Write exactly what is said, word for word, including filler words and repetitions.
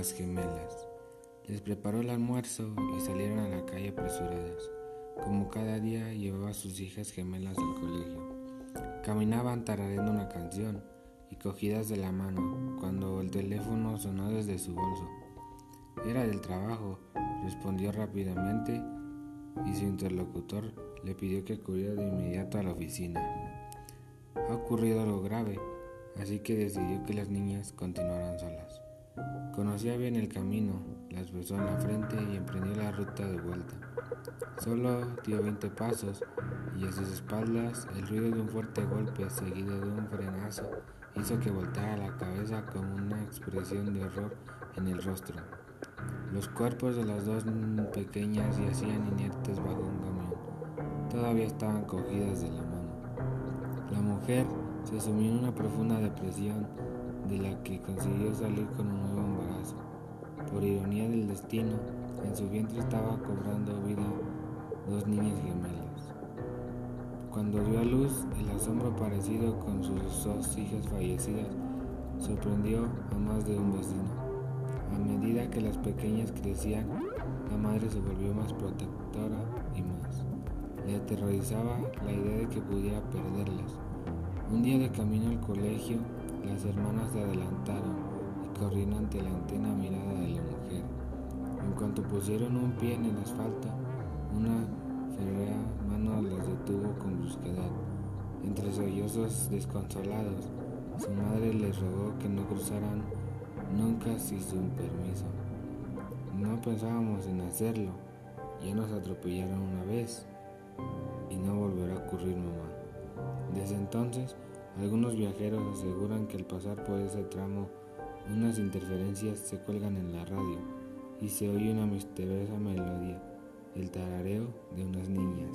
las gemelas. Les preparó el almuerzo y salieron a la calle apresuradas. Como cada día, llevaba a sus hijas gemelas al colegio. Caminaban tarareando una canción y cogidas de la mano cuando el teléfono sonó desde su bolso. Era del trabajo, respondió rápidamente y su interlocutor le pidió que acudiera de inmediato a la oficina. Ha ocurrido algo grave, así que decidió que las niñas continuaran solas. Conocía bien el camino, las besó en la frente y emprendió la ruta de vuelta. Solo dio veinte pasos y a sus espaldas el ruido de un fuerte golpe seguido de un frenazo hizo que volteara la cabeza con una expresión de horror en el rostro. Los cuerpos de las dos pequeñas yacían inertes bajo un camión. Todavía estaban cogidas de la mano. La mujer se sumió en una profunda depresión de la que consiguió salir con un nuevo embarazo. Por ironía del destino, en su vientre estaba cobrando vida dos niñas gemelas. Cuando dio a luz, el asombro parecido con sus dos hijas fallecidas sorprendió a más de un vecino. A medida que las pequeñas crecían, la madre se volvió más protectora y más. Le aterrorizaba la idea de que pudiera perderlas. Un día de camino al colegio, las hermanas se adelantaron y corrieron ante la atenta mirada de la mujer. En cuanto pusieron un pie en el asfalto, una férrea mano las detuvo con brusquedad. Entre sollozos desconsolados, su madre les rogó que no cruzaran nunca sin su permiso. No pensábamos en hacerlo, ya nos atropellaron una vez y no volverá a ocurrir, mamá. Desde entonces, algunos viajeros aseguran que al pasar por ese tramo, unas interferencias se cuelgan en la radio y se oye una misteriosa melodía, el tarareo de unas niñas.